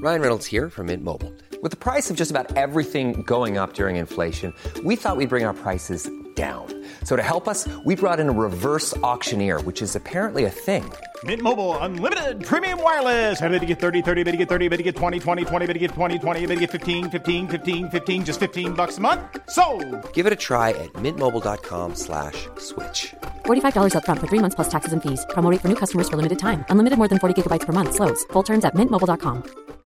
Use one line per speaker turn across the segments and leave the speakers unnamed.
Ryan Reynolds here from Mint Mobile. With the price of just about everything going up during inflation, we thought we'd bring our prices down. So to help us, we brought in a reverse auctioneer, which is apparently a thing.
Mint Mobile Unlimited Premium Wireless. How to get 30, 30, bit to get 30, bit to get 20, 20, 20, bit to get 20, 20, bit to get 15, 15, 15, 15, just $15 a month? Sold!
Give it a try at mintmobile.com/switch.
$45 up front for 3 months plus taxes and fees. Promo rate for new customers for limited time. Unlimited more than 40 gigabytes per month. Slows full terms at mintmobile.com.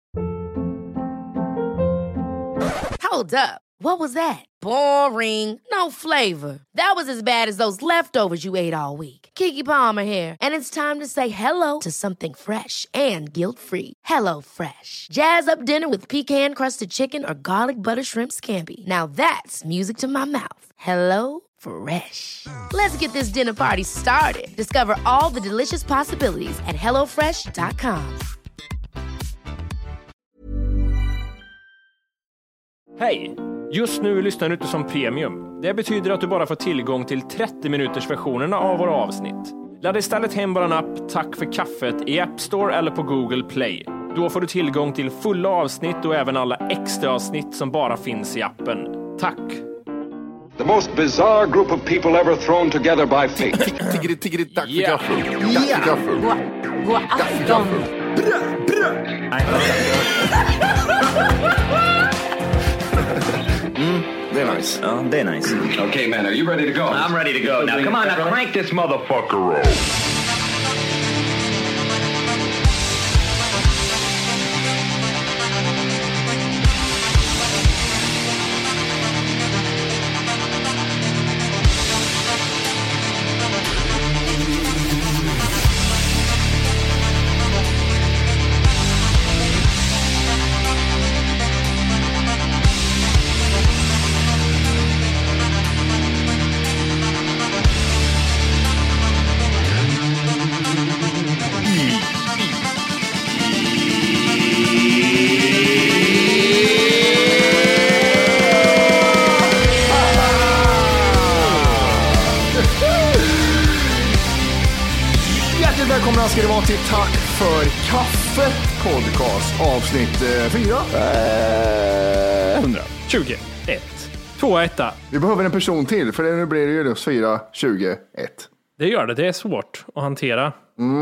Hold up. What was that? Boring. No flavor. That was as bad as those leftovers you ate all week. Keke Palmer here, and it's time to say hello to something fresh and guilt-free. Hello Fresh. Jazz up dinner with pecan-crusted chicken or garlic butter shrimp scampi. Now that's music to my mouth. Hello Fresh. Let's get this dinner party started. Discover all the delicious possibilities at hellofresh.com.
Hej! Just nu lyssnar du inte som premium. Det betyder att du bara får tillgång till 30 minuters versionerna av våra avsnitt. Ladda istället hem vår app Tack för kaffet i App Store eller på Google Play. Då får du tillgång till fulla avsnitt och även alla extra avsnitt som bara finns i appen. Tack!
The most bizarre group of people ever thrown together by fate.
Tiggeri, tack för gaffel. Tack för gaffel.
God afton.
Det är nice.
Oh, det är nice.
Okay, man, are you ready to go?
I'm ready to go. Now, come on, now crank this motherfucker up.
Välkomna ska det vara till Tack för kaffet podcast avsnitt
421 2-1.
Vi behöver en person till för nu blir det ju 4-21.
Det gör det, det är svårt att hantera.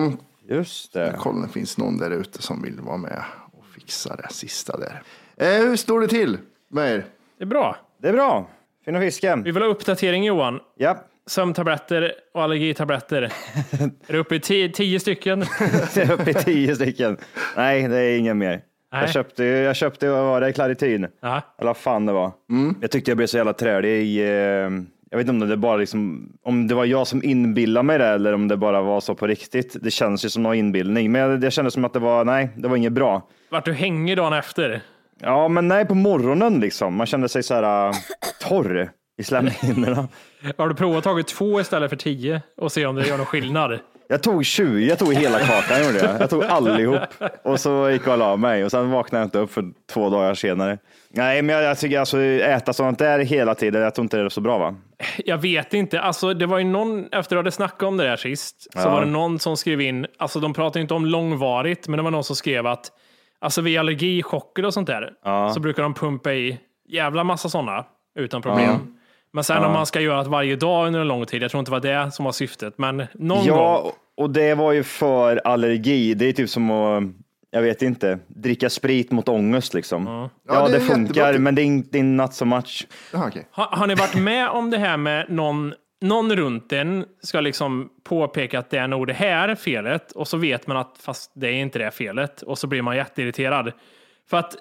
Just det.
Kolla om det finns någon där ute som vill vara med och fixa det sista där. Hur står det till med er?
Det är bra.
Det är bra. Fina fisken.
Vi vill ha uppdatering, Johan.
Ja.
Sömntabletter och allergitabletter. Är du uppe i 10 stycken?
Jag är uppe i 10 stycken. Nej, det är ingen mer.
Nej.
Jag köpte vad var det? Claritin.
Aha.
Eller vad fan det var. Jag tyckte jag blev så jävla trälig. Jag vet inte om det bara liksom, om det var jag som inbillade mig det eller om det bara var så på riktigt. Det känns ju som någon inbildning. Men det kändes som att det var inget bra.
Vart du hänger dagen efter?
Ja, men nej, på morgonen liksom. Man kände sig så här torr i slemhinnorna.
Har du provat tagit 2 istället för 10 och se om det gör någon skillnad?
Jag tog 20, jag tog hela kakan gjorde jag. Jag tog allihop och så gick jag av mig och sen vaknade jag inte upp för 2 dagar senare. Nej, men jag tycker alltså äta sånt där hela tiden, jag tror inte det är så bra, va?
Jag vet inte, alltså det var ju någon, efter att du hade snackat om det där sist, så var det någon som skrev in, alltså de pratar inte om långvarigt, men det var någon som skrev att alltså vid allergichocker och sånt där, så brukar de pumpa i jävla massa sådana utan problem. Men sen om man ska göra det varje dag under en lång tid, jag tror inte det var det som var syftet, men någon gång.
Ja, och det var ju för allergi, det är typ som att, jag vet inte, dricka sprit mot ångest liksom. Ja, det funkar, men det är inte not so much.
Aha, okay.
Har ni varit med om det här med någon runt en ska liksom påpeka att det är nog det här felet, och så vet man att fast det är inte det felet, och så blir man jätteirriterad. För att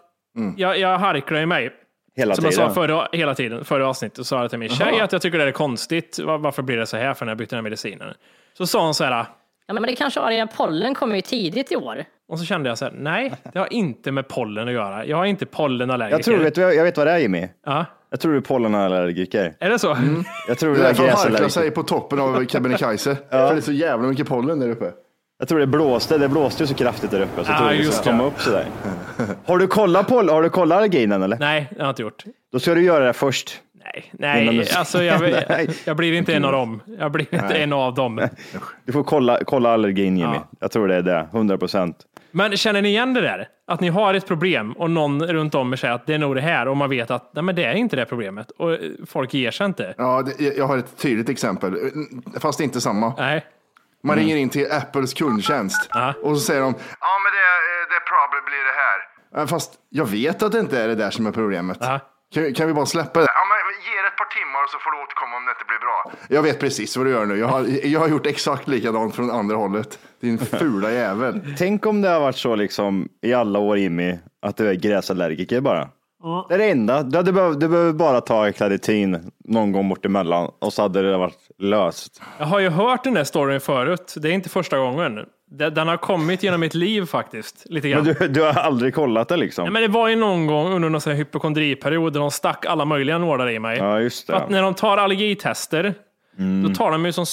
jag harklar i mig.
Hela
som
tiden.
jag sa hela tiden, förra avsnittet, så sa jag till min tjej att jag tycker det är konstigt. Varför blir det så här för när jag bytte den här medicinen? Så sa hon så här.
Ja, men det kanske har pollen kommer ju tidigt i år.
Och så kände jag så här, nej, det har inte med pollen att göra. Jag har inte pollenallergiker.
Jag vet vad det är, Jimmy.
Ja.
Jag tror du är pollenallergiker.
Är det så?
Jag tror
det är
gräsallergiker.
Han harklar sig på toppen av Kebnekaise. För det är så jävla mycket pollen där uppe.
Jag tror det blåste ju så kraftigt där uppe. Så jag tror det ska komma upp sådär. Har du kollat allerginen eller?
Nej, det har jag inte gjort.
Då ska du göra det först.
Nej, alltså jag blir inte en av dem. Jag blir inte en av dem.
Du får kolla allergin, Jimmy. Jag tror det är det, 100%.
Men känner ni igen det där? Att ni har ett problem och någon runt om er säger att det är nog det här och man vet att nej, men det är inte det problemet och folk ger sig inte.
Ja, jag har ett tydligt exempel, fast inte samma.
Nej.
Man ringer in till Apples kundtjänst och så säger de men det problem blir det här. Fast jag vet att det inte är det där som är problemet. Kan vi bara släppa det? Ja, men ge det ett par timmar och så får du återkomma om det inte blir bra. Jag vet precis vad du gör nu. Jag har gjort exakt likadant från andra hållet. Din fula jävel.
Tänk om det har varit så liksom i alla år, Jimmy, att du är gräsallergiker bara. Det är det enda. Du behöver bara ta Claritin någon gång bort emellan och så hade det varit löst.
Jag har ju hört den där storyn förut. Det är inte första gången. Den har kommit genom mitt liv faktiskt. Lite grann.
Men du har aldrig kollat det liksom?
Nej, men det var ju någon gång under någon sån här hypokondriperiod där de stack alla möjliga nålar i mig.
Ja, just det.
För att när de tar allergitester då tar de ju som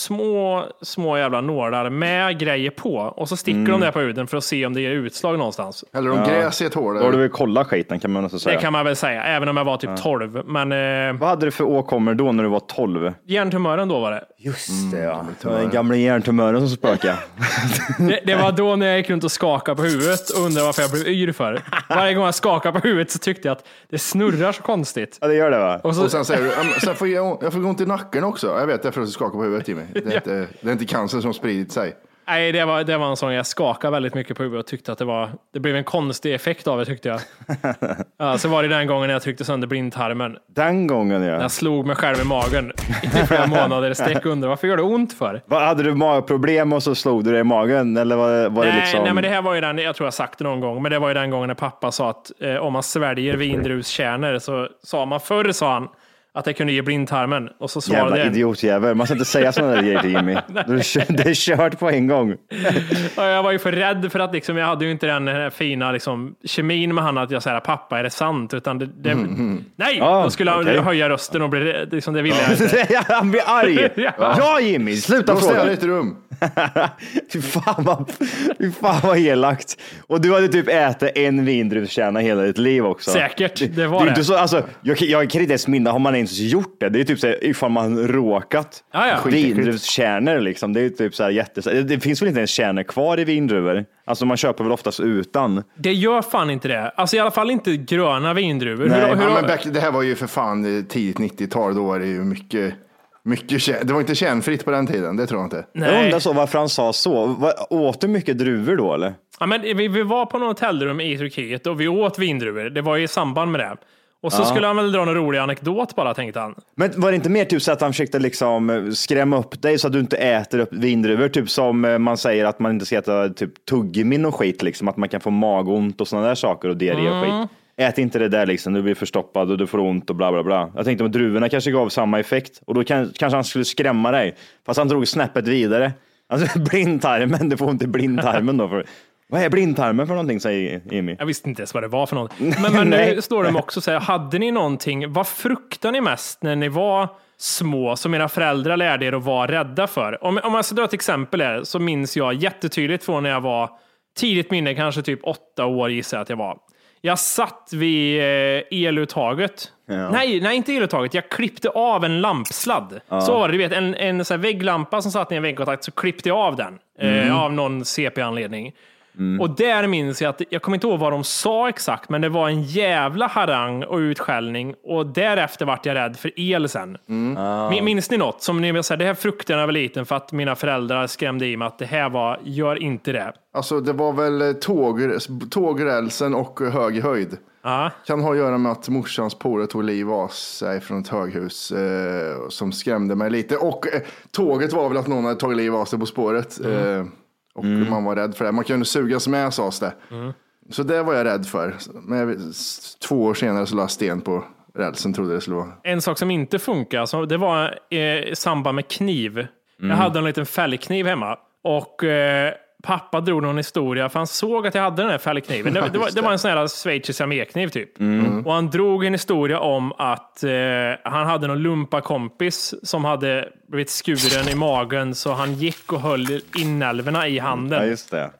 små jävla nålar med grejer på och så sticker de där på huden för att se om det ger utslag någonstans.
Eller om gräs i ett hål.
Då har du väl kolla skiten, kan man nästan säga.
Det kan man väl säga, även om jag var typ 12. Men,
vad hade du för åkommor då när du var 12?
Hjärntumören då var det.
Just det, ja. Den gamla hjärntumören som spökade.
det var då när jag gick runt och skakade på huvudet och undrade varför jag blev yr för. Varje gång jag skakade på huvudet så tyckte jag att det snurrar så konstigt.
Ja, det gör det, va?
Och sen säger du, sen får jag får gå ont i nacken också. Jag vet, därför att du skakar på huvudet, Jimmy. Det är inte cancer som spridit sig.
Nej, det var en sån jag skakade väldigt mycket på huvudet och tyckte att det blev en konstig effekt av det, tyckte jag. Ja, så var det den gången jag tryckte sönder blindtarmen.
Den gången, ja.
Jag slog mig själv i magen i flera månader i sträck och undrade varför gör det ont för?
Hade du magproblem och så slog du dig i magen? Eller var det liksom...
Nej, men det här var ju den, jag tror jag sagt det någon gång, men det var ju den gången när pappa sa att om man sväljer vindruskärnor så sa man förr, sa han, att det kunde ge blindtarmen. Och så svarade
jävla idiotjävel. Man ska inte säga sådana där grejer till Jimmy. Det är kört på en gång.
Jag var ju för rädd för att liksom, jag hade ju inte den fina liksom, kemin med han att jag säger pappa, är det sant? Utan nej, då skulle han höja rösten och bli liksom, det ville jag inte.
Han blir arg. Ja, Jimmy, sluta fråga.
Då ställer ett rum.
Fy fan vad elakt. Och du hade typ ätit en vindruvskärna hela ditt liv också.
Säkert, det var det.
Så, alltså, jag kan inte ens minna, har man ens gjort det? Det är typ så här, ifall man råkat vindruvskärnor liksom. Det är typ så här det finns väl inte ens kärnor kvar i vindruvor? Alltså man köper väl oftast utan.
Det gör fan inte det. Alltså i alla fall inte gröna vindruvor.
Men det här var ju för fan tidigt 90-tal, då var det ju mycket det var inte kärnfritt på den tiden, det tror jag inte.
Nej. Jag undrar så varför han sa så. Åt du mycket druvor då, eller?
Ja, men vi var på något hotellrum i Turkiet och vi åt vindruvor. Det var i samband med det. Och så skulle han väl dra en rolig anekdot bara, tänkte han.
Men var det inte mer typ så att han försökte liksom skrämma upp dig så att du inte äter upp vindruvor? Typ som man säger att man inte ska äta typ tuggummin och skit, liksom, att man kan få magont och sådana där saker och diarré och skit. Ät inte det där liksom, du blir förstoppad och du får ont och bla bla bla. Jag tänkte att druvorna kanske gav samma effekt och då kanske han skulle skrämma dig. Fast han drog snäppet vidare. Alltså blindtarmen, du får inte blindtarmen då. Vad är blindtarmen för någonting, säger Jimmy?
Jag visste inte ens vad det var för något. Men nu står de också och säger, hade ni någonting, vad fruktar ni mest när ni var små som era föräldrar lärde er att vara rädda för? Om jag ska dra ett exempel här, så minns jag jättetydligt från när jag var tidigt minne, kanske typ 8 år gissar jag att jag var. Jag satt vid eluttaget. Ja. Nej, inte eluttaget. Jag klippte av en lampsladd. Ja. Så var det, du vet, en så här vägglampa som satt i en väggkontakt, så klippte jag av den. Av någon CP-anledning. Och där minns jag att, jag kommer inte ihåg vad de sa exakt, men det var en jävla harang och utskällning, och därefter vart jag rädd för el sen. Minns ni något som ni vill säga, det här frukten jag var liten för att mina föräldrar skrämde i mig att det här var, gör inte det.
Alltså det var väl tågrälsen och hög höjd. Kan ha att göra med att morsans polare tog liv av sig från ett höghus som skrämde mig lite, och tåget var väl att någon hade tagit liv av sig på spåret. Och man var rädd för det. Man kunde sugas med, sades det. Så det var jag rädd för. Men 2 år senare så la sten på rälsen, trodde det skulle vara. En
sak som inte funkar, så det var i samband med kniv. Jag hade en liten fällkniv hemma. Och pappa drog någon historia, för han såg att jag hade den här fällkniven. Det var en sån här schweizisk armékniv typ. Och han drog en historia om att han hade någon lumpa kompis som hade blivit skuren i magen så han gick och höll inälvorna i handen.
Ja, just det.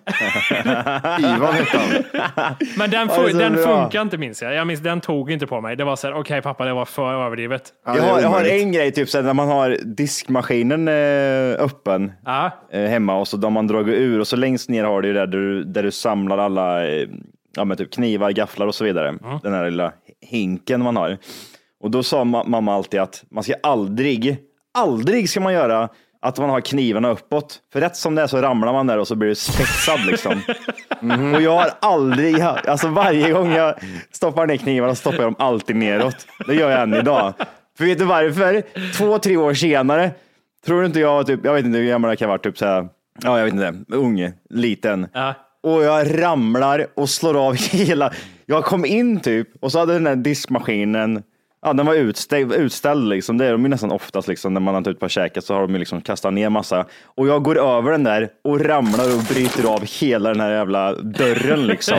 Ivan hette han.
Men den funkar inte, minns jag. Jag minns, den tog inte på mig. Det var så här, okej, pappa, det var för överdrivet.
Ja, jag har en grej, typ så här, när man har diskmaskinen öppen hemma och så då man dragit ur och så längst ner har du där du samlar alla men typ knivar, gafflar och så vidare. Den här lilla hinken man har. Och då sa mamma alltid att man ska aldrig ska man göra att man har knivarna uppåt. För rätt som det är så ramlar man där och så blir det spetsad liksom. Och jag har aldrig, alltså varje gång jag stoppar ner knivarna så stoppar jag dem alltid neråt. Det gör jag än idag. För vet du varför? 2-3 år senare, tror du inte jag typ, jag vet inte hur gammal jag kan vara, typ så här, ja jag vet inte, ung, liten. Och jag ramlar och slår av hela, jag kom in typ och så hade den där diskmaskinen, den var utställd liksom. Det är de ju nästan oftast liksom, när man har ut på käket så har de ju liksom kastat ner massa. Och jag går över den där och ramlar och bryter av hela den här jävla dörren liksom.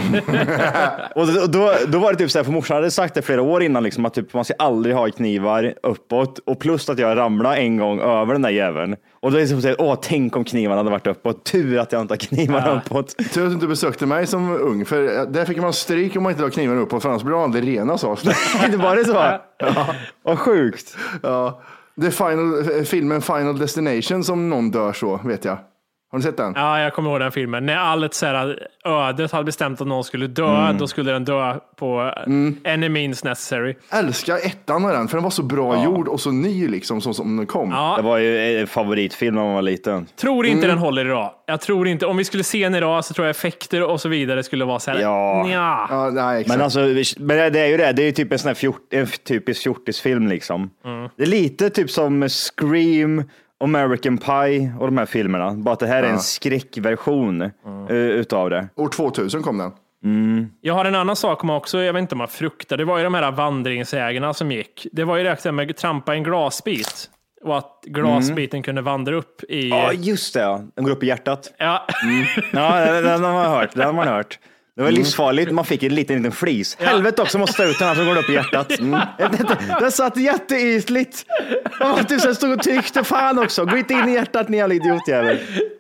Och då var det typ så här, för morsan hade sagt det flera år innan liksom, att typ, man ska aldrig ha knivar uppåt. Och plus att jag ramlade en gång över den där jäveln. Och då är det som att säga, tänk om knivarna hade varit uppåt. Tur att jag inte har knivarna uppåt.
Tur att du inte besökte mig som ung. För där fick man stryk om man inte har knivarna uppåt. För annars blir de aldrig rena, så.
Det var det så? Ja. Vad sjukt.
Ja. Det är filmen Final Destination som någon dör så, vet jag. Har du sett den?
Ja, jag kommer ihåg den filmen. När allt så här, ödet hade bestämt att någon skulle dö, då skulle den dö på any means necessary.
Älskar ettan med den, för den var så bra gjord och så ny liksom, som den kom.
Ja.
Det var ju en favoritfilm när man var liten.
Tror inte den håller idag. Jag tror inte, om vi skulle se den idag så tror jag effekter och så vidare skulle vara så här.
Ja, nej, exakt.
Men alltså, men det är ju det är typ en sån här en typisk fjortisfilm liksom. Det är lite typ som Scream, American Pie och de här filmerna. Bara att det här är en skräckversion utav det.
År 2000 kom den.
Jag har en annan sak om också, jag vet inte om man fruktar. Det var ju de här vandringsägarna som gick. Det var ju det med att trampa en glasbit. Och att glasbiten kunde vandra upp i...
Ja, just det. Ja. Den går upp i hjärtat.
Ja.
Ja, den har man hört. Den har man hört. Det var livsfarligt, man fick en liten flis. Helvete också, måste ut den här som går upp i hjärtat. Den satt jätteytligt. Sen stod och tryckte, fan också. Gå inte in i hjärtat, ni jävla idiotjävel.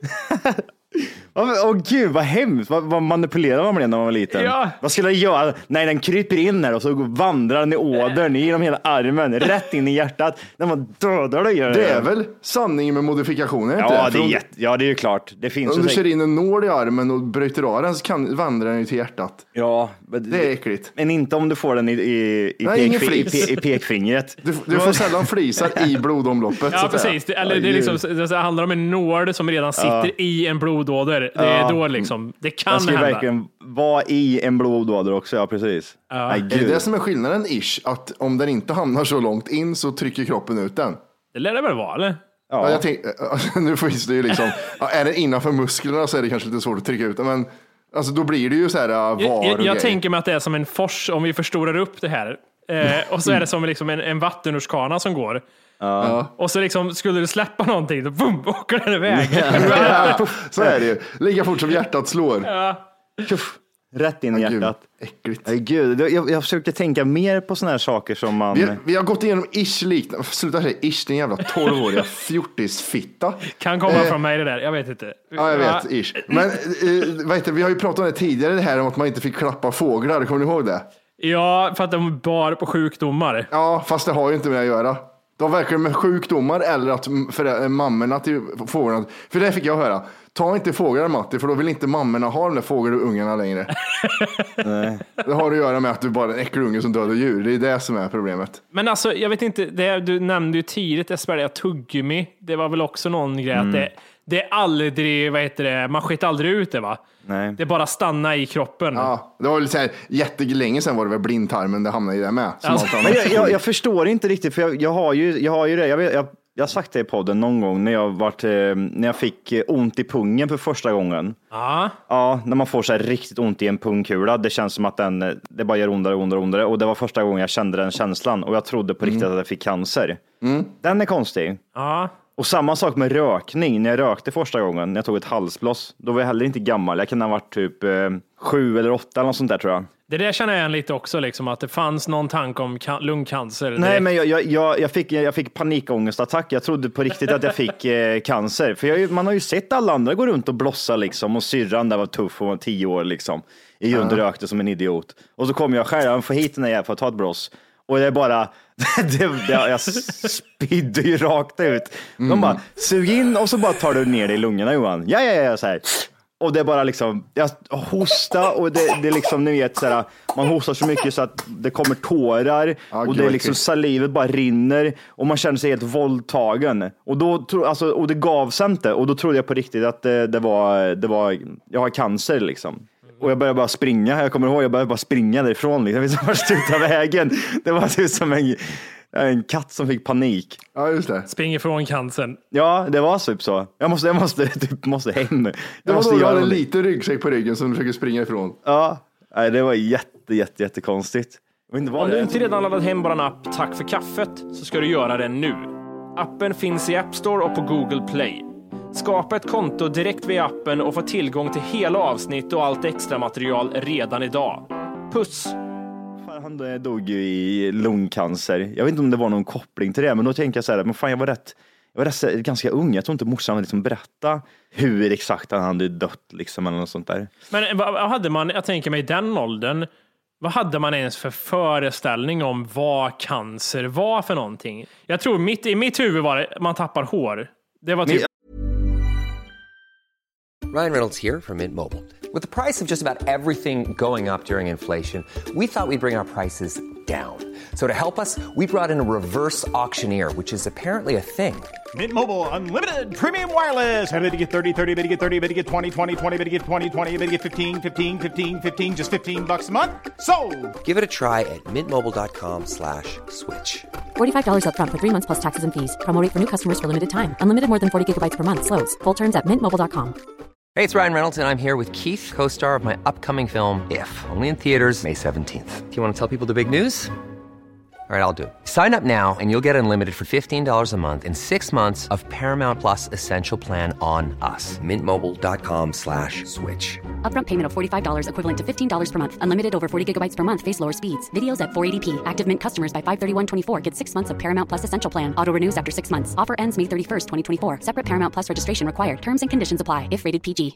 Åh gud, vad hemskt. Vad manipulerade man med när man var liten?
Ja.
Vad skulle jag göra? Nej, den kryper in här och så vandrar den i ådern genom hela armen, rätt in i hjärtat. När man dödar det gör
det är väl sanningen med modifikationer?
Ja, det är ju klart. Det finns
om du kör in en nål i armen och bryter av den så vandrar den ju till hjärtat.
Ja,
det är äckligt.
Men inte om du får den i pekfingret.
Du får sällan flisar i blodomloppet.
Ja, precis. Det handlar om en nål som redan sitter i en blodåder. Det är då liksom, det kan hända.
Den ska verkligen vara i en blodåder också, ja precis.
Är det det som är skillnaden, att om den inte hamnar så långt in så trycker kroppen ut den?
Det lär det väl vara, eller?
Ja. Jag nu finns det ju liksom, är det innanför musklerna så är det kanske lite svårt att trycka ut den, men alltså då blir det ju så här
jag tänker mig att det är som en fors, om vi förstorar upp det här. Och så är det som liksom en vattenrutschkana som går. Och så liksom, skulle du släppa någonting då boom, åker den iväg.
Så är det ju. Lika fort som hjärtat slår.
Rätt in i hjärtat.
Äckligt.
Gud, jag försökte tänka mer på såna här saker som man...
Vi har gått igenom liknande. Sluta säga ish, din jävla 12-åriga fjortisfitta.
Kan komma från mig det där, jag vet inte.
Ja, jag vet, ish. Men vi har ju pratat om det tidigare, det här om att man inte fick klappa fåglar. Kommer ni ihåg det?
Ja, för att de bar på sjukdomar.
Ja, fast det har ju inte med att göra. De verkar med sjukdomar eller att mammorna till fåglarna. För det fick jag höra. Ta inte fåglar, Matti, för då vill inte mammorna ha de där fågelungarna längre. Nej. Det har att göra med att du bara är en äcklig unge som dödar djur. Det är det som är problemet.
Men alltså, jag vet inte, du nämnde ju tidigt det tuggummi. Det var väl också någon grej att det är aldrig, man skiter aldrig ut det, va?
Nej.
Det bara stanna i kroppen. Ja,
det var väl så här, jättelänge sedan var det väl blindtarmen det hamnade i det med.
Men jag förstår inte riktigt, för jag har ju det. Jag har sagt det i podden någon gång när jag fick ont i pungen för första gången. Ja, när man får så här riktigt ont i en pungkula. Det känns som att det bara gör ondare. Och det var första gången jag kände den känslan. Och jag trodde på riktigt att jag fick cancer. Den är konstig.
Ja.
Och samma sak med rökning. När jag rökte första gången, när jag tog ett halsbloss, då var jag heller inte gammal. Jag kan ha varit typ 7 eller 8 eller något sånt där, tror jag. Det
där känner jag igen lite också, liksom, att det fanns någon tanke om lungcancer.
Nej, men jag fick panikångestattack. Jag trodde på riktigt att jag fick cancer. För man har ju sett alla andra gå runt och blossa liksom. Och syrran där var tuff och var 10 år liksom. I grund och rökte som en idiot. Och så kom jag själv, får hit den där för att ta ett bloss. Och det är bara, jag spydde ju rakt ut. De bara, sug in och så bara tar du ner det i lungorna, Johan. Ja, så här. Och det är bara liksom, jag hosta och det är liksom, ni vet så här, man hostar så mycket så att det kommer tårar och det är liksom salivet bara rinner och man känner sig helt våldtagen. Och då och det gav sig inte och då trodde jag på riktigt att det var jag har cancer liksom. Och jag började bara springa. Jag kommer ihåg, jag började bara springa därifrån liksom. Jag visste vart sluta vägen. Det var typ som en katt som fick panik.
Ja, just det.
Springer från cancern.
Ja, det var typ så. Jag måste hem.
Det var då du hade en liten ryggsäck på ryggen som du försöker springa ifrån.
Ja, nej, det var jättekonstigt.
Om du inte redan laddat hem vår app Tack för kaffet så ska du göra det nu. Appen finns i App Store och på Google Play. Skapa ett konto direkt via appen och få tillgång till hela avsnitt och allt extra material redan idag. Puss!
Han dog ju i lungcancer. Jag vet inte om det var någon koppling till det, men då tänker jag så här, men fan jag var rätt ganska ung. Jag tror inte morsan liksom berätta hur exakt han hade dött liksom eller något sånt där.
Men vad hade man, jag tänker mig i den åldern, vad hade man ens för föreställning om vad cancer var för någonting? Jag tror i mitt huvud var det, man tappar hår. Det var typ...
Ryan Reynolds here from Mint Mobile. With the price of just about everything going up during inflation, we thought we'd bring our prices down. So to help us, we brought in a reverse auctioneer, which is apparently a thing.
Mint Mobile Unlimited Premium Wireless. How to get 30, 30, bit to get 30, bit to get 20, 20, 20, bit to get 20, 20, bit to get 15, 15, 15, 15, just $15 a month? Sold!
Give it a try at mintmobile.com/switch.
$45 up front for 3 months plus taxes and fees. Promo rate for new customers for limited time. Unlimited more than 40 gigabytes per month. Slows full terms at mintmobile.com.
Hey, it's Ryan Reynolds, and I'm here with Keith, co-star of my upcoming film, If, only in theaters May 17th. Do you want to tell people the big news? All right, I'll do it. Sign up now and you'll get unlimited for $15 a month and 6 months of Paramount Plus Essential Plan on us. mintmobile.com/switch.
Upfront payment of $45 equivalent to $15 per month. Unlimited over 40 gigabytes per month. Face lower speeds. Videos at 480p. Active Mint customers by 531.24 get 6 months of Paramount Plus Essential Plan. Auto renews after 6 months. Offer ends May 31st, 2024. Separate Paramount Plus registration required. Terms and conditions apply if rated PG.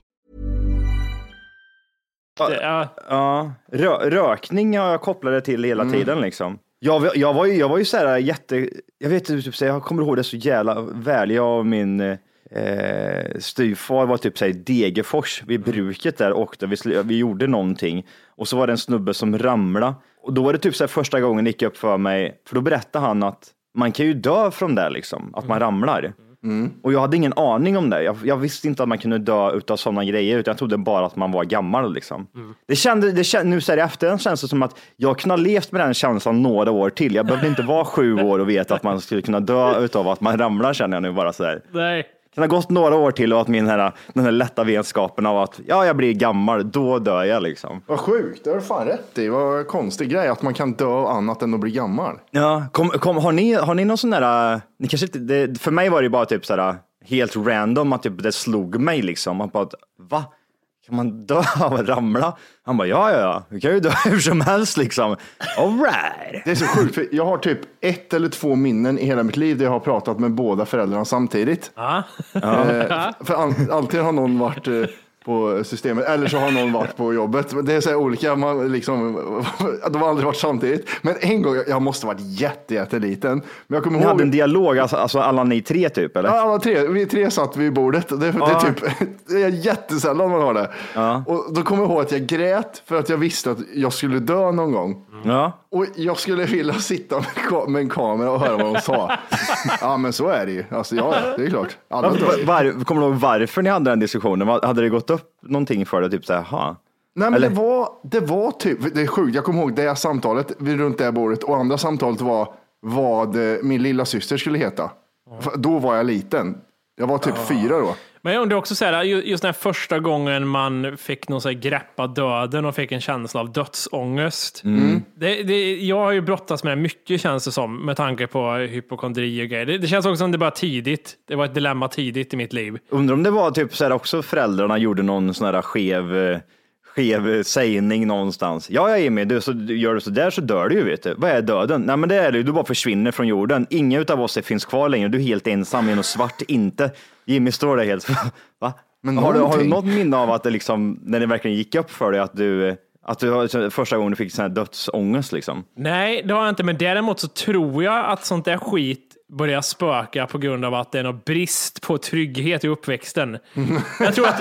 Rökning har jag kopplade till hela tiden liksom. Jag var ju så här jag vet typ så jag kommer ihåg det så jävla väl. Jag och min styvfar var typ så här i Degerfors vid bruket där och vi gjorde någonting och så var det en snubbe som ramlade och då var det typ så här första gången det gick upp för mig, för då berättade han att man kan ju dö från det liksom, att man ramlar. Och jag hade ingen aning om det. Jag visste inte att man kunde dö utav sådana grejer, utan jag trodde bara att man var gammal liksom. Det kändes nu så här i efterhand känns det som att jag kunde ha levt med den känslan några år till. Jag behövde inte vara 7 år och veta att man skulle kunna dö utav att man ramlar, känner jag nu bara så här.
Nej.
Det har gått några år till och att den här lätta vetskapen av att jag blir gammal, då dör jag liksom.
Vad sjukt, det har du fan rätt i. Vad konstig grej att man kan dö annat än att bli gammal.
Ja, har ni någon sån där, ni kanske inte, för mig var det bara typ sådär helt random att typ det slog mig liksom. Man bara, va? Kan man dö av att ramla? Han bara, ja, du kan ju dö hur som helst liksom. All right.
Det är så sjukt, för jag har typ 1 eller 2 minnen i hela mitt liv där jag har pratat med båda föräldrarna samtidigt. För alltid har någon varit på systemet, eller så har någon varit på jobbet. Det är så här olika, de har aldrig varit samtidigt. Men en gång, jag måste ha varit jätteliten. Men jag kommer ihåg... Ni
hade en dialog, alltså alla ni 3 typ, eller?
Ja, alla 3. Vi 3 satt vid bordet. Det är typ, det är jättesällan man har det. Och då kommer jag ihåg att jag grät för att jag visste att jag skulle dö någon gång. Och jag skulle vilja sitta med en kamera och höra vad de sa. Ja, men så är det ju. Alltså, ja, det är klart.
Kommer du ihåg varför ni hade den diskussionen? Hade det gått upp någonting för det? Typ så här,
nej, men det var typ, det är sjukt. Jag kommer ihåg det samtalet runt det här bordet, och andra samtalet var vad min lilla syster skulle heta. Då var jag liten. Jag var typ 4 då.
Men jag undrar också så här, just den här första gången man fick någon så här greppa döden och fick en känsla av dödsångest. Jag har ju brottats med det mycket, känns det som, med tanke på hypokondri och grejer. Det känns också som det var tidigt. Det var ett dilemma tidigt i mitt liv.
Undrar om det var typ så här också föräldrarna gjorde någon sån här skev sägning någonstans. Ja, Jimmy, gör du så där så dör du ju, vet du. Vad är döden? Nej, men det är det ju. Du bara försvinner från jorden. Ingen utav oss finns kvar längre. Du är helt ensam i något svart inte. Jimmy står där helt. Va? Men har du något minne av att det liksom, när det verkligen gick upp för dig att du första gången du fick sån här dödsångest liksom?
Nej, det har jag inte. Men däremot så tror jag att sånt där skit börjar spöka på grund av att det är någon brist på trygghet i uppväxten. Jag tror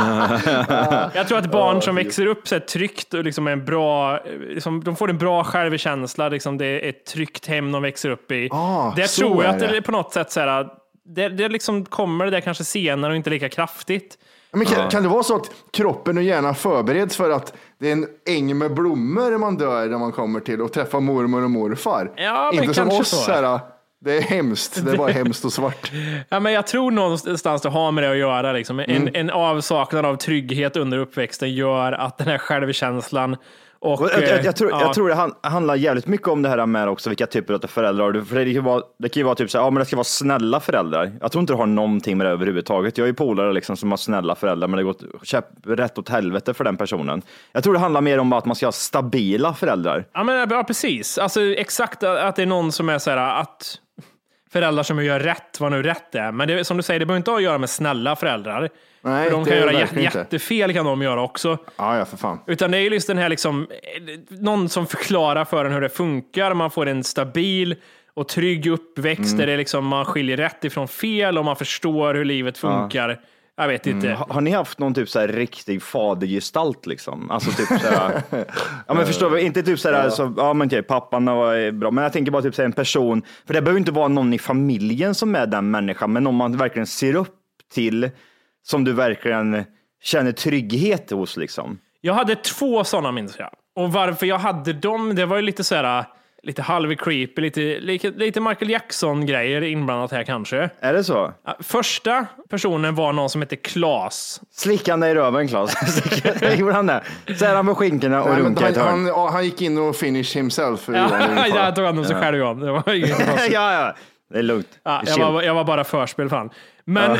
att barn som växer upp så här tryggt och liksom en bra, liksom, de får en bra självkänsla, liksom, det är ett tryggt hem de växer upp i. Det tror jag att det är på något sätt så här, det liksom kommer det kanske senare och inte lika kraftigt.
Men kan det vara så att kroppen och hjärnan förbereds för att det är en äng med blommor man dör när man kommer till och träffar mormor och morfar?
Ja, men
inte som
kanske
oss
så.
Här, det är hemskt, det är bara hemskt och svart.
Ja, men jag tror någonstans det har med det att göra. Liksom. En avsaknad av trygghet under uppväxten gör att den här självkänslan och,
jag tror det handlar jävligt mycket om det här med också vilka typer av föräldrar du, för det kan ju vara typ så här, ja, men det ska vara snälla föräldrar. Jag tror inte det har någonting med det överhuvudtaget. Jag är ju polare liksom som har snälla föräldrar, men det går rätt åt helvete för den personen. Jag tror det handlar mer om att man ska ha stabila föräldrar.
Ja, precis. Alltså exakt att det är någon som är så här att föräldrar som gör rätt, vad nu rätt är. Men det, som du säger, det behöver inte ha att göra med snälla föräldrar. Nej, för de kan göra jättefel, kan de göra också.
Ja, för fan.
Utan det är ju just den här liksom, någon som förklarar för en hur det funkar. Man får en stabil och trygg uppväxt där det liksom, man skiljer rätt ifrån fel och man förstår hur livet funkar. Ja. Jag vet inte.
Har ni haft någon typ så här riktig fadergestalt liksom? Alltså typ så här, ja men förstår vi, inte typ så här, så, ja men okej, pappan var bra, men jag tänker bara typ så här, en person, för det behöver inte vara någon i familjen som är den människan, men någon man verkligen ser upp till, som du verkligen känner trygghet hos liksom.
Jag hade 2 sådana, minns jag. Och varför jag hade dem, det var ju lite så här, lite halv-creepy, lite Michael Jackson-grejer inblandat här kanske.
Är det så?
Första personen var någon som heter Claes.
Slickande i röven, Claes. Gjorde han det? Så är han med skinkorna och runkar ett hörn.
Han gick in och finished himself.
Jag tog hand om sig själv om. Det var
ja. Det är lugnt.
Ja, jag var bara förspel för han. Men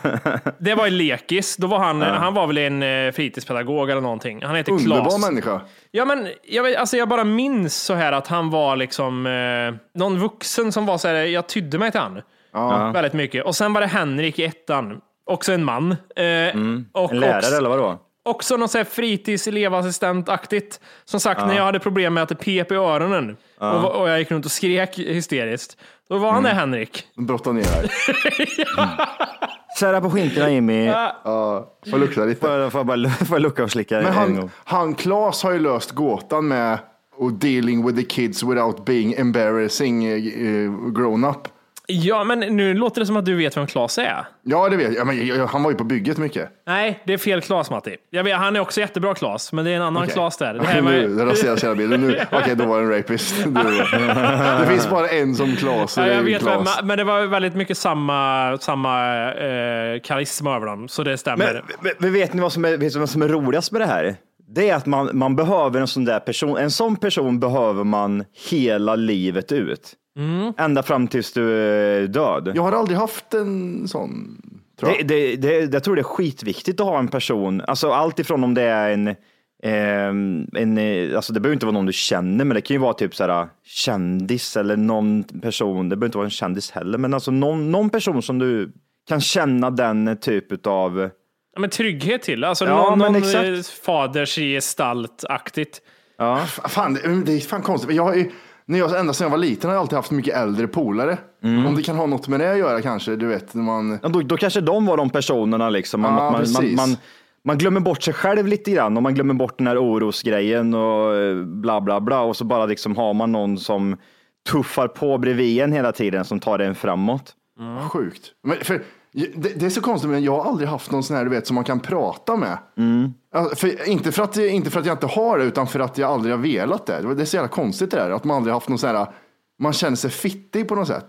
det var en lekis. Då var han var väl en fritidspedagog eller någonting. Han heter Claes.
Underbar människa.
Ja, men jag bara minns så här att han var liksom någon vuxen som var så här, jag tydde mig till han. Väldigt mycket. Och sen var det Henrik i ettan. Också en man. Och
en lärare eller vad det var?
Också någon så här fritids-elevassistent-aktigt. Som sagt, när jag hade problem med att det pep i öronen och jag gick runt och skrek hysteriskt. Då var han där, Henrik.
Brottade ner här.
Sära på skinkorna, Jimmy.
Får lukta lite.
Får jag lucka och slicka.
Men han Claes har ju löst gåtan med och dealing with the kids without being embarrassing grown up.
Ja, men nu låter det som att du vet vem Claes är.
Ja, det vet jag. Men han var ju på bygget mycket. Nej,
det är fel Claes, Matti. Jag vet, han är också jättebra Claes, men det är en annan Claes där.
Det här nu raseras hela bilden. Okej, då var det en rapist. Det finns bara en som Claes.
Ja, jag vet, men det var väldigt mycket samma karisma över dem, så det stämmer.
Men vet ni vad som är roligast med det här? Det är att man behöver en sån där person. En sån person behöver man hela livet ut. Ända fram tills du är död.
Jag har aldrig haft en sån, tror jag.
Jag tror det är skitviktigt att ha en person. Alltså allt ifrån om det är alltså det behöver inte vara någon du känner, men det kan ju vara typ såhär kändis eller någon person. Det behöver inte vara en kändis heller, men alltså någon person som du kan känna den typ av
men trygghet till. Alltså någon faders gestaltaktigt.
Ja. Fan, det är fan konstigt. Ända sedan jag var liten har jag alltid haft mycket äldre polare. Om det kan ha något med det att göra kanske, du vet. När man...
då kanske de var de personerna liksom. Man glömmer bort sig själv lite grann och man glömmer bort den här orosgrejen och bla bla bla. Och så bara liksom har man någon som tuffar på bredvid en hela tiden som tar en framåt.
Sjukt. Men det är så konstigt, men jag har aldrig haft någon sån här, du vet, som man kan prata med. Inte för att jag inte har det, utan för att jag aldrig har velat det. Det är så jävla konstigt det där, att man aldrig haft någon sån här, man känner sig fittig på något sätt.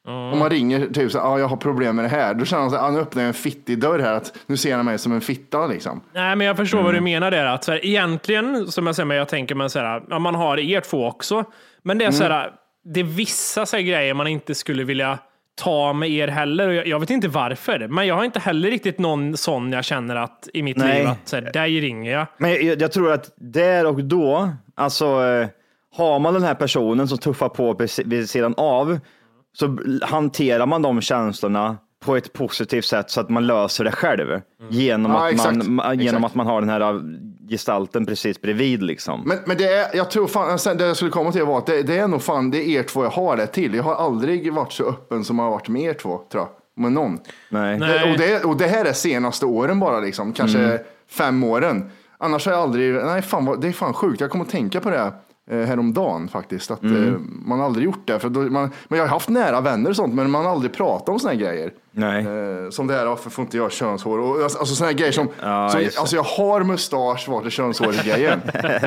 Om man ringer typ så jag har problem med det här. Då känner han så här, nu öppnar jag en fittig dörr här. Att nu ser han mig som en fitta liksom.
Nej, men jag förstår vad du menar där. Att så här, egentligen, som jag säger, men jag tänker man så här, man har er två också. Men det är så här, det är vissa så här grejer man inte skulle vilja ta med er heller. Och jag vet inte varför. Men jag har inte heller riktigt någon sån jag känner att i mitt liv att så här, där ringer jag.
Men jag tror att där och då, alltså har man den här personen som tuffar på vid sidan av, så hanterar man de känslorna på ett positivt sätt så att man löser det själv. Genom att man har den här gestalten precis bredvid liksom.
Men det är, jag tror fan, det jag skulle komma till var att det är nog fan, det är er två jag har det till. Jag har aldrig varit så öppen som jag har varit med er två, tror jag. Med någon.
Nej.
Och det här är senaste åren bara liksom. Kanske 5 åren. Annars har jag aldrig, det är fan sjukt. Jag kommer att tänka på det häromdagen faktiskt. Att man aldrig gjort det. Men jag har haft nära vänner och sånt, men man har aldrig pratat om såna här grejer.
Nej.
Som det här, varför får inte jag könshår? Och, alltså såna här grejer som alltså jag har mustasch, vart är könshåret grejen?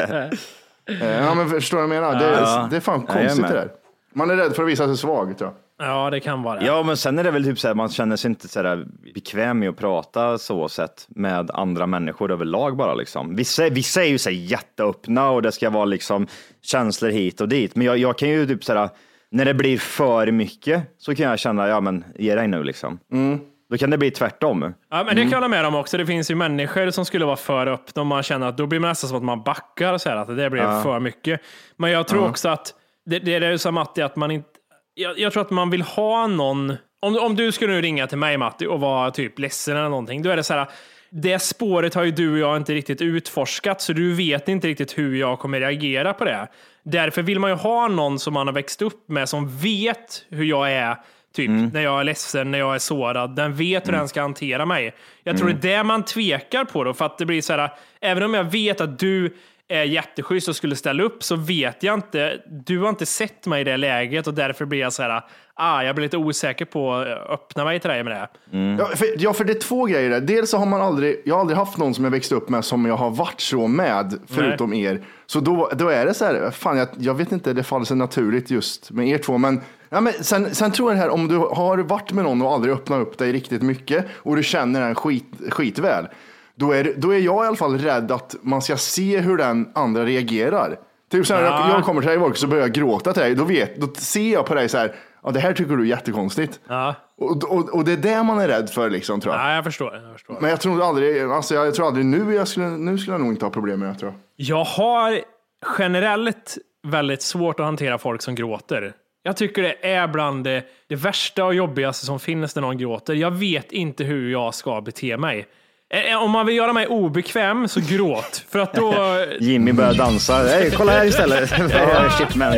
Ja, men förstår du vad jag menar? Det är fan konstigt det där. Man är rädd för att visa sig svag, tror jag.
Ja, det kan vara det.
Ja, men sen är det väl typ så här, man känner sig inte så här bekväm med att prata så sätt med andra människor överlag bara liksom. Vissa är ju så här jätteöppna och det ska vara liksom känslor hit och dit. Men jag kan ju typ så här, när det blir för mycket så kan jag känna, ja men ge dig nu liksom. Då kan det bli tvärtom.
Ja, men det kan jag hålla med om också. Det finns ju människor som skulle vara för öppna och man känner att då blir man nästan som att man backar och så här, att det blir för mycket. Men jag tror också att det är ju som Matti, att man inte, jag tror att man vill ha någon, om du skulle nu ringa till mig Matti och vara typ ledsen eller någonting, då är det så här, det spåret har ju du och jag inte riktigt utforskat, så du vet inte riktigt hur jag kommer reagera på det. Därför vill man ju ha någon som man har växt upp med, som vet hur jag är typ när jag är ledsen, när jag är sårad. Den vet hur den ska hantera mig. Jag tror det är det man tvekar på då, för att det blir så här, även om jag vet att du är jätteschysst och skulle ställa upp, så vet jag inte, du har inte sett mig i det läget, och därför blir jag så här, jag blir lite osäker på att öppna mig till dig med det.
För det är 2 grejer där. Dels så har jag har aldrig haft någon som jag växt upp med som jag har varit så med, förutom er. Så då är det så här, fan, jag vet inte, det faller sig naturligt just med er 2, men sen tror jag det här, om du har varit med någon och aldrig öppnat upp dig riktigt mycket och du känner den skitväl, då är jag i alla fall rädd att man ska se hur den andra reagerar. Typ så här, jag kommer till dig och så börjar jag gråta till dig. Då ser jag på dig så här, det här tycker du är jättekonstigt. Och det är det man är rädd för liksom, tror jag.
Ja, jag förstår.
Men jag tror aldrig nu skulle jag nog inte ha problem med det, tror jag.
Jag har generellt väldigt svårt att hantera folk som gråter. Jag tycker det är bland det värsta och jobbigaste som finns när någon gråter. Jag vet inte hur jag ska bete mig. Om man vill göra mig obekväm, så gråt. För att då...
Jimmy börjar dansa. Hey, kolla här istället. Shit, man.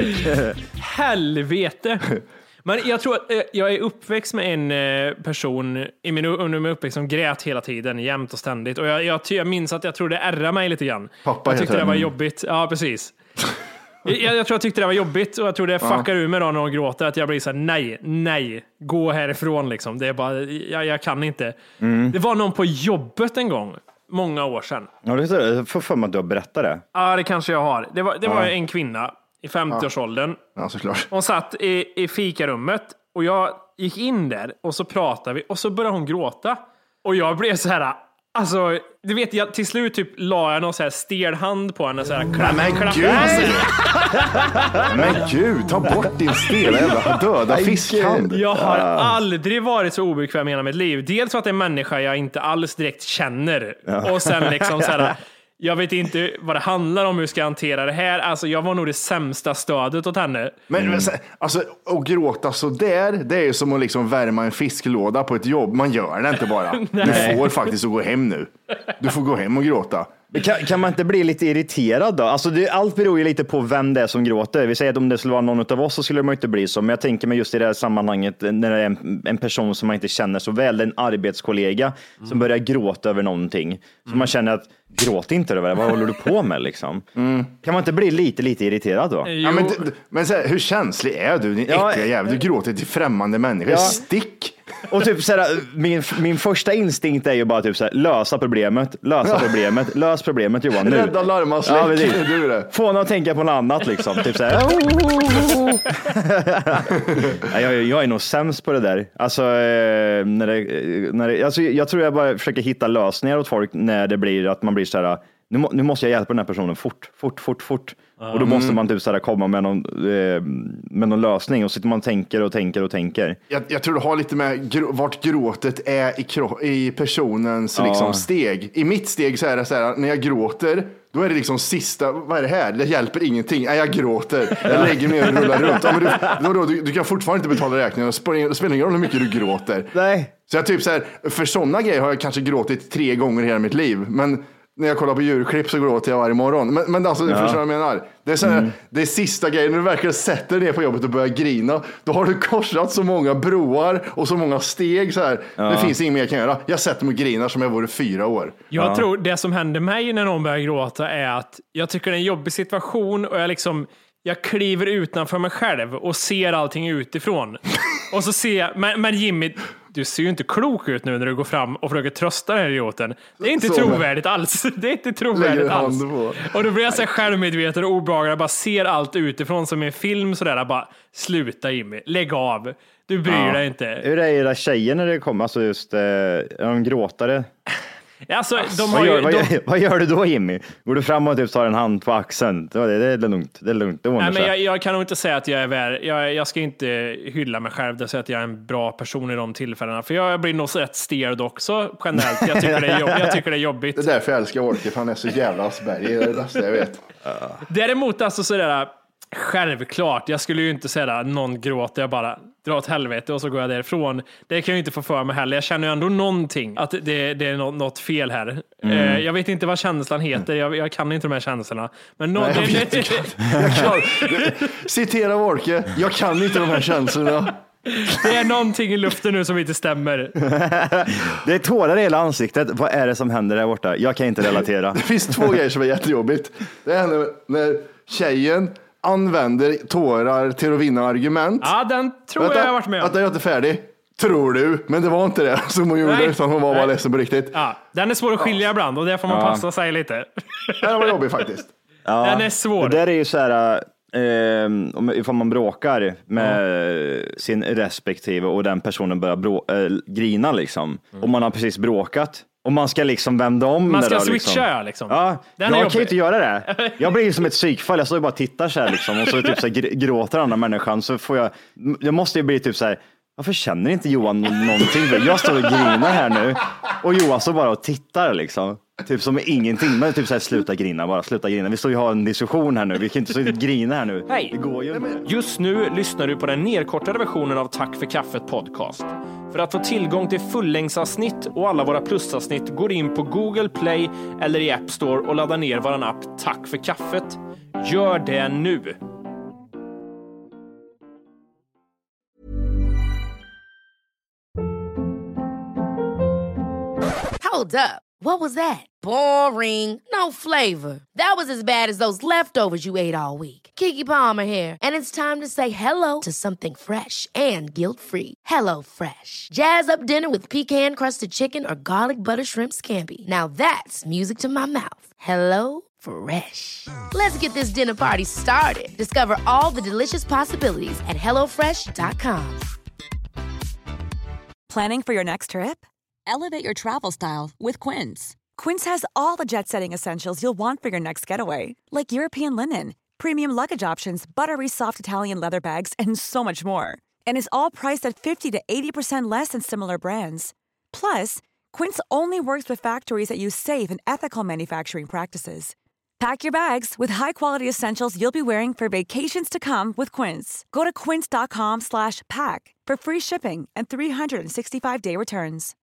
Helvete. Men jag tror att jag är uppväxt med en person under min uppväxt som grät hela tiden, jämt och ständigt. Och jag minns att jag tror det ärrar mig lite grann.
Pappa,
jag tyckte det var jobbigt. Ja, precis. Jag tror jag tyckte det var jobbigt, och jag tror det fuckar ur mig då när hon gråter, att jag blir så här, nej, gå härifrån liksom. Det är bara, jag kan inte. Det var någon på jobbet en gång, många år sedan.
Ja, det får för mig att du har berättat det.
Ja, det kanske jag har. Det var en kvinna i 50-årsåldern.
Ja, såklart.
Hon satt i fikarummet och jag gick in där och så pratade vi och så började hon gråta. Och jag blev så här, alltså, du vet, jag till slut typ la jag någon så här stel hand på henne så här,
Men gud, ta bort din stela jävla döda fiskhand.
Jag har aldrig varit så obekväm i hela mitt liv. Dels för att det är en människa jag inte alls direkt känner. Och sen liksom så här, jag vet inte vad det handlar om, hur ska jag hantera det här. Alltså, jag var nog det sämsta stödet åt henne.
Men alltså, att gråta så där, det är ju som att liksom värma en fisklåda på ett jobb. Man gör det inte bara. Du får faktiskt gå hem nu. Du får gå hem och gråta.
Kan man inte bli lite irriterad då? Alltså allt beror ju lite på vem det är som gråter. Vi säger att om det skulle vara någon av oss så skulle man inte bli så. Men jag tänker mig just i det här sammanhanget när det är en person som man inte känner så väl, en arbetskollega som börjar gråta över någonting. Så man känner att, gråt inte över det, vad håller du på med liksom? Kan man inte bli lite irriterad då?
Ja, men så här, hur känslig är du, din äckliga jävel? Du gråter till främmande människor. Stick!
Och typ såhär, min första instinkt är ju bara typ såhär, lös problemet Johan nu.
Rädda larma, släck, du det.
Få honom att tänka på något annat liksom. Typ såhär. Jag är nog sämst på det där. Alltså, alltså, jag tror jag bara försöker hitta lösningar åt folk när det blir att man blir såhär, nu måste jag hjälpa den här personen fort. Och då måste man typ såhär komma med någon lösning och sitter man och tänker.
Jag tror det har lite med vart gråtet är i personens liksom steg. I mitt steg så är det så här, när jag gråter, då är det liksom sista, vad är det här? Det hjälper ingenting. Jag gråter. Jag lägger mig och rullar runt. Men du kan fortfarande inte betala räkningen. Det spelar ingen roll hur mycket du gråter.
Nej.
Så jag typ så här, för sådana grejer har jag kanske gråtit 3 gånger i hela mitt liv. Men när jag kollar på djurklipp så gråter jag varje morgon. Men alltså, du förstår vad jag menar. Det är så här, det är sista grejen. När du verkligen sätter dig ner på jobbet och börjar grina, då har du korsat så många broar och så många steg. Så här. Det finns inget mer jag kan göra. Jag sätter mig och grinar som jag vore 4 år.
Jag tror det som händer mig när någon börjar gråta är att jag tycker det är en jobbig situation och jag kliver utanför mig själv och ser allting utifrån. Och så ser jag, men Jimmy, du ser ju inte klok ut nu när du går fram och försöker trösta den här idioten. Det är inte trovärdigt alls. Det är inte trovärdigt alls. Och då blir jag så självmedveten och obehaglig. Jag bara ser allt utifrån som i en film sådär. Bara, sluta Jimmy, lägg av. Du bryr dig inte.
Hur är era tjejer när det kommer? Alltså just, är de gråtare?
Alltså,
vad gör du då Jimmy? Går du fram och typ tar en hand på axeln? Det är lugnt.
Nej, men jag kan nog inte säga att jag är värd. Jag ska inte hylla mig själv och säga att jag är en bra person i de tillfällena. För jag blir nog rätt stirred också generellt. Jag tycker det är jobbigt.
Det är därför jag älskar Orke, för han är så jävla Asperger. Det är det bästa jag vet.
Däremot alltså sådär, självklart, jag skulle ju inte säga någon gråter, jag bara drar åt helvete och så går jag därifrån. Det kan jag ju inte få för mig heller. Jag känner ju ändå någonting, att det är något fel här. Jag vet inte vad känslan heter. Jag kan inte de här känslorna. Men
citera Orke, jag kan inte de här känslorna.
Det är någonting i luften nu som inte stämmer.
Det är tårar i hela ansiktet. Vad är det som händer där borta? Jag kan inte relatera.
Det finns 2 grejer som är jättejobbigt. Det är när tjejen använder tårar till att vinna argument.
Ja, den tror jag har varit med om.
Att jag är inte färdig. Tror du, men det var inte det som hon gjorde, utan hon var bara ledsen på riktigt.
Ja, den är svår att skilja ibland och det får man passa sig lite.
Det var jobbigt faktiskt.
Ja,
den är svår.
Det där är ju så här, ifall man bråkar med sin respektive och den personen börjar grina liksom. Och man har precis bråkat. Och man ska liksom vända om.
Man ska switcha liksom.
Ja, jag kan ju inte göra det. Jag blir som ett psykfall. Jag står ju bara och tittar så här liksom. Och så typ så här gråter andra människan. Så får jag måste ju bli typ så här. Varför känner inte Johan någonting? Jag står och grinar här nu. Och Johan står bara och tittar liksom. Typ som ingenting. Men typ så här, sluta grina. Vi står ju och har en diskussion här nu. Vi kan inte så grina här nu.
Hej!
Det går ju.
Just nu lyssnar du på den nedkortade versionen av Tack för kaffet podcast. För att få tillgång till fullängdsavsnitt och alla våra plusavsnitt går in på Google Play eller i App Store och laddar ner våran app Tack för kaffet. Gör det nu!
Hold up. What was that? Boring. No flavor. That was as bad as those leftovers you ate all week. Keke Palmer here, and it's time to say hello to something fresh and guilt-free. Hello Fresh. Jazz up dinner with pecan-crusted chicken or garlic butter shrimp scampi. Now that's music to my mouth. Hello Fresh. Let's get this dinner party started. Discover all the delicious possibilities at hellofresh.com.
Planning for your next trip? Elevate your travel style with Quince. Quince has all the jet-setting essentials you'll want for your next getaway, like European linen, premium luggage options, buttery soft Italian leather bags, and so much more. And is all priced at 50 to 80% less than similar brands. Plus, Quince only works with factories that use safe and ethical manufacturing practices. Pack your bags with high-quality essentials you'll be wearing for vacations to come with Quince. Go to quince.com/pack for free shipping and 365-day returns.